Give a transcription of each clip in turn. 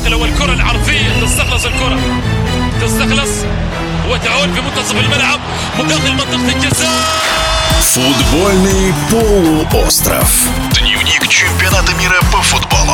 النقلة والكرة العرضية تستخلص الكرة وتعود في منتصف الملعب مقابل منطقة الجزاء. Футбольный полуостров. Дневник чемпионата мира по футболу.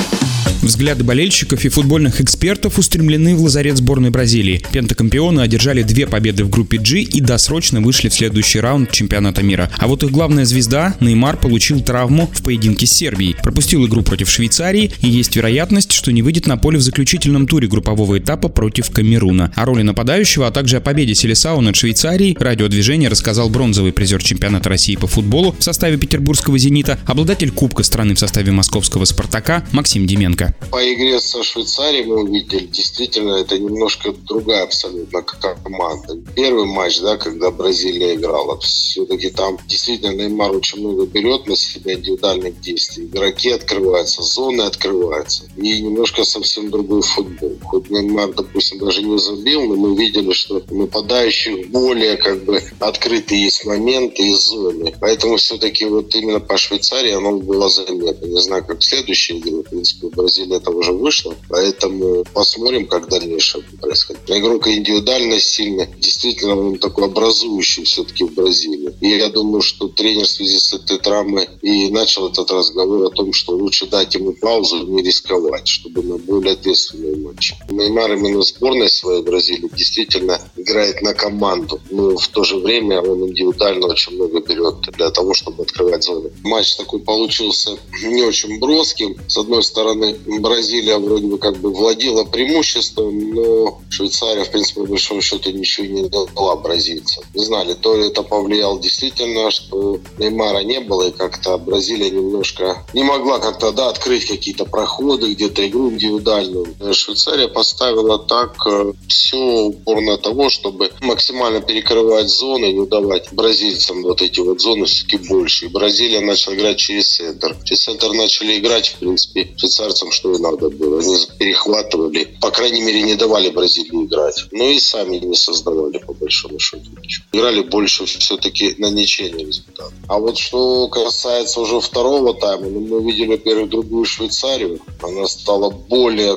Взгляды болельщиков и футбольных экспертов устремлены в лазарет сборной Бразилии. Пентакампионы одержали 2 победы в группе G и досрочно вышли в следующий раунд чемпионата мира. А вот их главная звезда, Неймар, получил травму в поединке с Сербией. Пропустил игру против Швейцарии, и есть вероятность, что не выйдет на поле в заключительном туре группового этапа против Камеруна. О роли нападающего, а также о победе Селесао над Швейцарией радиодвижение рассказал бронзовый призер чемпионата России по футболу в составе петербургского «Зенита», обладатель Кубка страны в составе московского «Спартака» Максим Деменко. По игре со Швейцарией мы увидели, действительно, это немножко другая абсолютно команда. Первый матч, когда Бразилия играла, все-таки там действительно Неймар очень много берет на себя индивидуальных действий. Игроки открываются, зоны открываются. И немножко совсем другой футбол. Хоть Неймар, допустим, даже не забил, но мы видели, что у нападающих более открытые есть моменты и зоны. Поэтому все-таки именно по Швейцарии оно было заметно. Не знаю, как в следующей игре, в принципе, Бразилия это уже вышло, поэтому посмотрим, как дальнейшее происходит. Игрок индивидуально сильный, действительно он такой образующий все-таки в Бразилии. И я думаю, что тренер в связи с этой травмой и начал этот разговор о том, что лучше дать ему паузу, не рисковать, чтобы на более ответственные матчи. Неймар именно в сборной своей Бразилии действительно играет на команду, но в то же время он индивидуально очень много берет для того, чтобы открывать зоны. Матч такой получился не очень броским. С одной стороны, Бразилия вроде бы владела преимуществом, но Швейцария, в принципе, по большому счету ничего не дала бразильцам. Не знали, то ли это повлияло действительно, что Неймара не было, и как-то Бразилия немножко не могла открыть какие-то проходы, где-то игру индивидуальную. Швейцария поставила так все упор на того, чтобы максимально перекрывать зоны, не давать бразильцам эти зоны все-таки больше. И Бразилия начала играть через центр. Через центр начали играть, в принципе, швейцарцам что и надо было. Они перехватывали, по крайней мере, не давали Бразилии играть. Но и сами не создавали, по большому счету. Играли больше все-таки на ничейный результат. А что касается уже второго тайма, мы увидели, во-первых, другую Швейцарию. Она стала более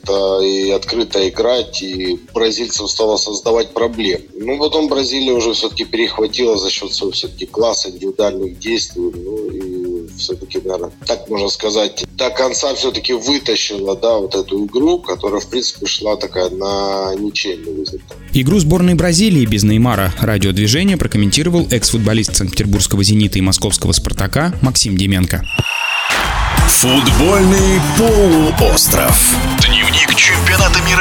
и открыто играть, и бразильцам стало создавать проблемы. Потом Бразилия уже все-таки перехватила за счет своего все-таки класса индивидуальных действий. И все-таки, наверное, так можно сказать, до конца все-таки вытащила, эту игру, которая, в принципе, шла такая на ничейный результат. Игру сборной Бразилии без Неймара радиодвижение прокомментировал экс-футболист Санкт-Петербургского «Зенита» и московского «Спартака» Максим Деменко. Футбольный полуостров. Дневник чемпионата мира